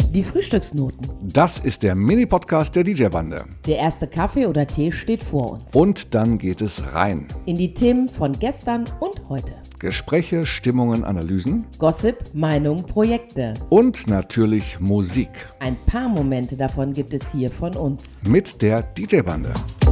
Die Frühstücksnoten. Das ist der Mini-Podcast der DJ-Bande. Der erste Kaffee oder Tee steht vor uns. Und dann geht es rein. In die Themen von gestern und heute. Gespräche, Stimmungen, Analysen. Gossip, Meinung, Projekte. Und natürlich Musik. Ein paar Momente davon gibt es hier von uns. Mit der DJ-Bande.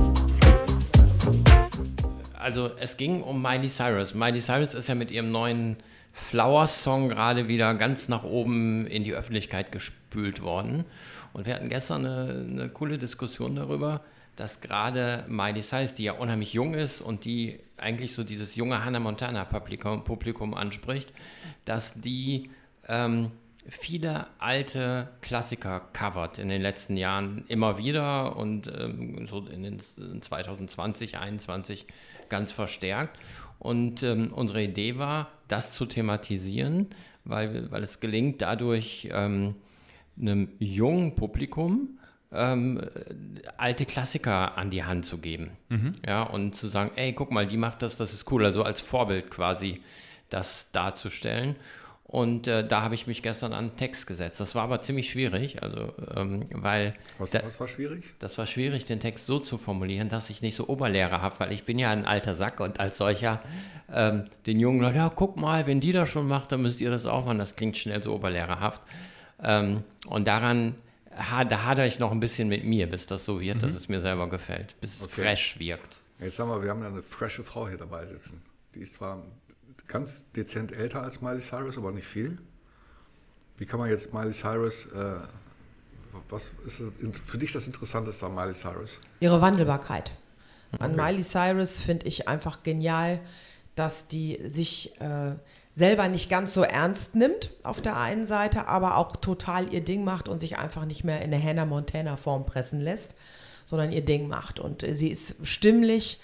Also es ging um Miley Cyrus. Miley Cyrus ist ja mit ihrem neuen Flowers-Song gerade wieder ganz nach oben in die Öffentlichkeit gespült worden. Und wir hatten gestern eine coole Diskussion darüber, dass gerade Miley Cyrus, die ja unheimlich jung ist und die eigentlich so dieses junge Hannah Montana-Publikum anspricht, dass die viele alte Klassiker covert in den letzten Jahren immer wieder und so in den 2020, 2021 ganz verstärkt. Und unsere Idee war, das zu thematisieren, weil es gelingt, dadurch einem jungen Publikum alte Klassiker an die Hand zu geben. Ja, und zu sagen, ey, guck mal, die macht das ist cool. Also als Vorbild quasi das darzustellen. Und da habe ich mich gestern an den Text gesetzt. Das war aber ziemlich schwierig, also weil... Was war schwierig? Das war schwierig, den Text so zu formulieren, dass ich nicht so Oberlehrer habe, weil ich bin ja ein alter Sack und als solcher den jungen Leuten, ja, guck mal, wenn die das schon macht, dann müsst ihr das auch machen. Das klingt schnell so oberlehrerhaft. Und da hadere ich noch ein bisschen mit mir, bis das so wird, dass es mir selber gefällt, bis es fresh wirkt. Jetzt haben wir haben ja eine frische Frau hier dabei sitzen. Die ist zwar ganz dezent älter als Miley Cyrus, aber nicht viel. Wie kann man jetzt Miley Cyrus, was ist für dich das Interessanteste an Miley Cyrus? Ihre Wandelbarkeit. An Miley Cyrus finde ich einfach genial, dass die sich selber nicht ganz so ernst nimmt auf der einen Seite, aber auch total ihr Ding macht und sich einfach nicht mehr in eine Hannah Montana Form pressen lässt, sondern ihr Ding macht. Und sie ist stimmlich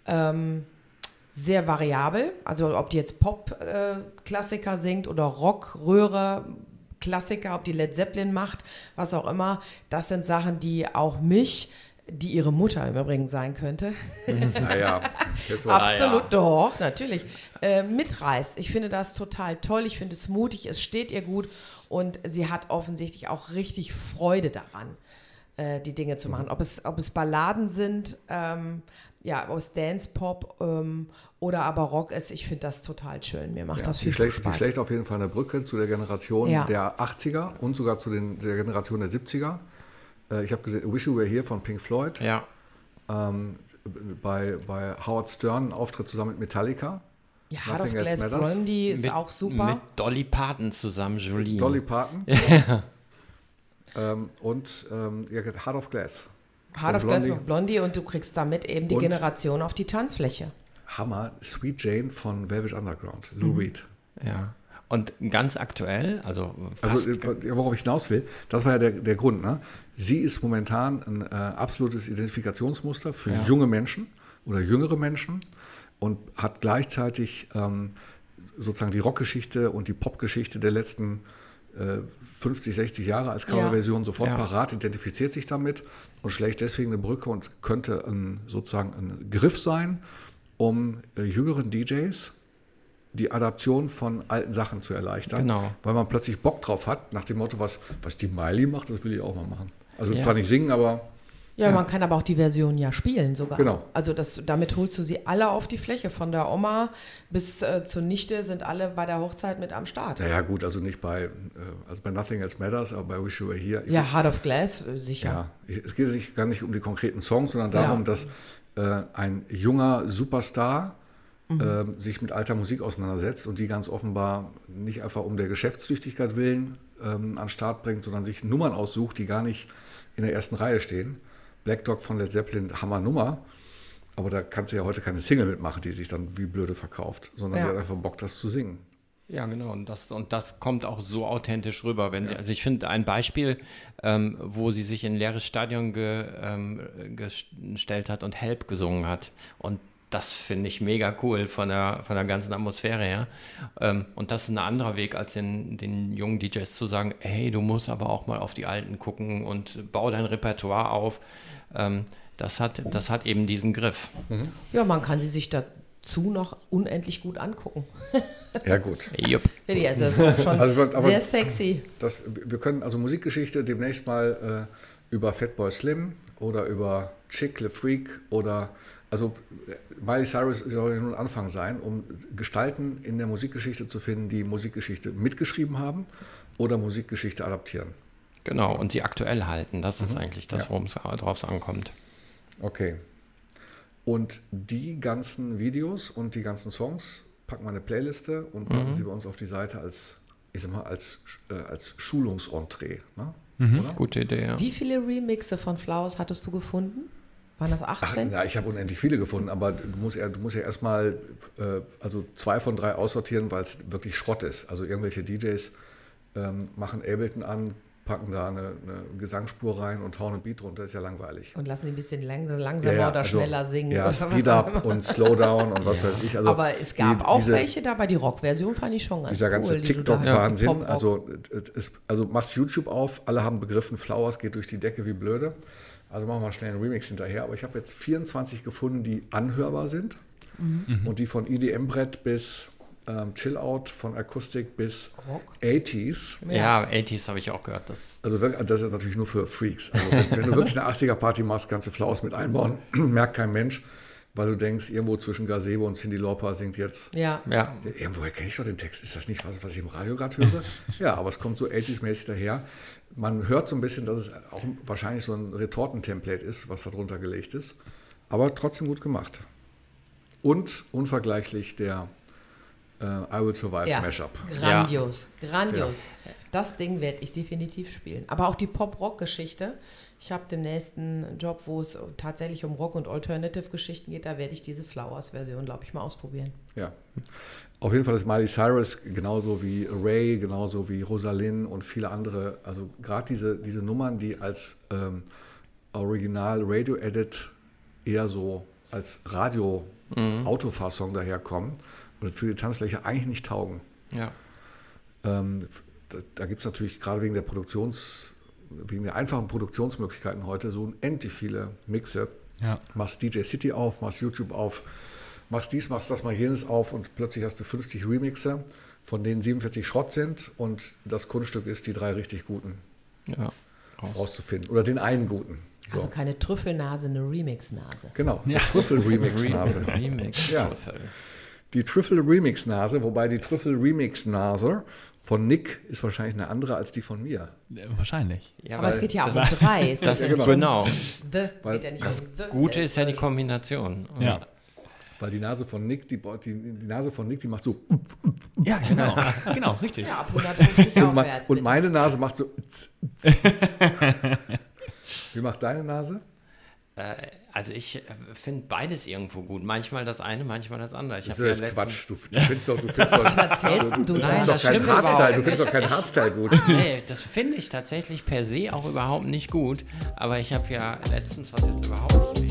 sehr variabel, also ob die jetzt Pop-Klassiker singt oder Rock, Röhre, Klassiker, ob die Led Zeppelin macht, was auch immer, das sind Sachen, die auch mich, die ihre Mutter im Übrigen sein könnte, Naja, absolut doch, natürlich, mitreißt. Ich finde das total toll, ich finde es mutig, es steht ihr gut und sie hat offensichtlich auch richtig Freude daran, die Dinge zu machen. Ob es Balladen sind, aus Dance-Pop oder aber Rock ist, ich finde das total schön. Mir macht das viel Spaß. Sie schlägt auf jeden Fall eine Brücke zu der Generation der 80er und sogar zu der Generation der 70er. Ich habe gesehen, Wish You Were Here von Pink Floyd. Ja. Bei Howard Stern ein Auftritt zusammen mit Metallica. Ja, Heart of Glass Blondie ist auch super. Mit Dolly Parton zusammen, Jolene. Dolly Parton. Und Heart of Glass. Heart of Glass mit Blondie und du kriegst damit eben die Generation auf die Tanzfläche. Hammer, Sweet Jane von Velvet Underground, Lou Reed. Ja, und ganz aktuell, worauf ich hinaus will, das war ja der Grund. Ne? Sie ist momentan ein absolutes Identifikationsmuster für junge Menschen oder jüngere Menschen und hat gleichzeitig sozusagen die Rockgeschichte und die Popgeschichte der letzten 50, 60 Jahre als Coverversion sofort parat, identifiziert sich damit und schlägt deswegen eine Brücke und könnte sozusagen ein Griff sein, um jüngeren DJs die Adaption von alten Sachen zu erleichtern, weil man plötzlich Bock drauf hat, nach dem Motto, was die Miley macht, das will ich auch mal machen. Also zwar nicht singen, aber... Ja, man kann aber auch die Version spielen sogar. Genau. Also damit holst du sie alle auf die Fläche. Von der Oma bis zur Nichte sind alle bei der Hochzeit mit am Start. Naja gut, also nicht bei Nothing Else Matters, aber bei Wish You Were Here. Ja, Heart of Glass, sicher. Ja, es geht gar nicht um die konkreten Songs, sondern darum, dass ein junger Superstar sich mit alter Musik auseinandersetzt und die ganz offenbar nicht einfach um der Geschäftstüchtigkeit willen an den Start bringt, sondern sich Nummern aussucht, die gar nicht in der ersten Reihe stehen. Black Dog von Led Zeppelin, Hammernummer, aber da kannst du ja heute keine Single mitmachen, die sich dann wie blöde verkauft, sondern die hat einfach Bock, das zu singen. Ja, genau. Und das kommt auch so authentisch rüber. Also ich finde ein Beispiel, wo sie sich in ein leeres Stadion gestellt hat und Help gesungen hat. Und das finde ich mega cool von der ganzen Atmosphäre her. Und das ist ein anderer Weg, als den jungen DJs zu sagen, hey, du musst aber auch mal auf die Alten gucken und bau dein Repertoire auf. Das hat eben diesen Griff. Ja, man kann sie sich da noch unendlich gut angucken. Ja, gut. Jupp. Finde ich also schon Aber sehr sexy. Wir können also Musikgeschichte demnächst mal über Fatboy Slim oder über Chick Le Freak oder, also Miley Cyrus soll ja nur ein Anfang sein, um Gestalten in der Musikgeschichte zu finden, die Musikgeschichte mitgeschrieben haben oder Musikgeschichte adaptieren. Genau, und sie aktuell halten. Das ist eigentlich das, worum es drauf ankommt. Okay. Und die ganzen Videos und die ganzen Songs packen wir in eine Playliste und packen sie bei uns auf die Seite als Schulungsentrée. Ne? Gute Idee, ja. Wie viele Remixe von Flowers hattest du gefunden? Waren das 18? Ja, ich habe unendlich viele gefunden, aber du musst ja erstmal 2 von 3 aussortieren, weil es wirklich Schrott ist. Also irgendwelche DJs machen Ableton an, packen da eine Gesangsspur rein und hauen ein Beat runter, ist ja langweilig. Und lassen sie ein bisschen langsamer oder schneller singen. Ja, Speed Up und Slowdown und was weiß ich. Also aber es gab auch welche dabei, die Rock-Version fand ich schon ganz dieser cool. Dieser ganze TikTok-Wahnsinn, also machst YouTube auf, alle haben begriffen, Flowers geht durch die Decke wie blöde. Also machen wir mal schnell einen Remix hinterher. Aber ich habe jetzt 24 gefunden, die anhörbar sind. Und die von EDM-Brett bis Chill-Out, von Akustik bis Rock. 80s. Ja, 80s habe ich auch gehört. Das ist natürlich nur für Freaks. Also wenn du wirklich eine 80er-Party machst, kannst du Flowers mit einbauen. Merkt kein Mensch, weil du denkst, irgendwo zwischen Gazebo und Cyndi Lauper singt jetzt. Ja. Irgendwoher kenne ich doch den Text. Ist das nicht was ich im Radio gerade höre? Ja, aber es kommt so 80s-mäßig daher. Man hört so ein bisschen, dass es auch wahrscheinlich so ein Retorten-Template ist, was da drunter gelegt ist. Aber trotzdem gut gemacht. Und unvergleichlich der I Will Survive Mashup. Grandios. Ja. Das Ding werde ich definitiv spielen. Aber auch die Pop-Rock-Geschichte. Ich habe den nächsten Job, wo es tatsächlich um Rock- und Alternative-Geschichten geht, da werde ich diese Flowers-Version, glaube ich, mal ausprobieren. Ja. Auf jeden Fall ist Miley Cyrus genauso wie Ray, genauso wie Rosalind und viele andere, also gerade diese Nummern, die als Original Radio-Edit eher so als Radio-Autofahrsong daherkommen und für die Tanzfläche eigentlich nicht taugen. Ja. Da gibt es natürlich gerade wegen der einfachen Produktionsmöglichkeiten heute so unendlich viele Mixe. Ja. Machst DJ City auf, machst YouTube auf, machst dies, machst das, mal jenes auf und plötzlich hast du 50 Remixe, von denen 47 Schrott sind und das Kunststück ist, die 3 richtig guten rauszufinden. Oder den einen guten. So. Also keine Trüffelnase, eine Remix-Nase. Genau, eine Trüffel-Remix-Nase. Remix-Trüffel. Die Trüffel-Remix-Nase, wobei die Trüffel-Remix-Nase von Nick ist wahrscheinlich eine andere als die von mir. Wahrscheinlich. Ja, aber es geht ja auch um 3. Das geht genau. Das Gute ist ja die Kombination. Ja. Weil die Nase von Nick, die Nase von Nick, die macht so. Ja, genau. Genau, richtig. Ja, ab 150 aufwärts. Und meine Nase macht so. Wie macht deine Nase? Also ich finde beides irgendwo gut. Manchmal das eine, manchmal das andere. Das ist ja Quatsch. Du findest doch was erzählst du? Nein, das stimmt Hardstyle. Du findest doch keinen Hardstyle gut. Nee, das finde ich tatsächlich per se auch überhaupt nicht gut. Aber ich habe ja letztens, was jetzt überhaupt nicht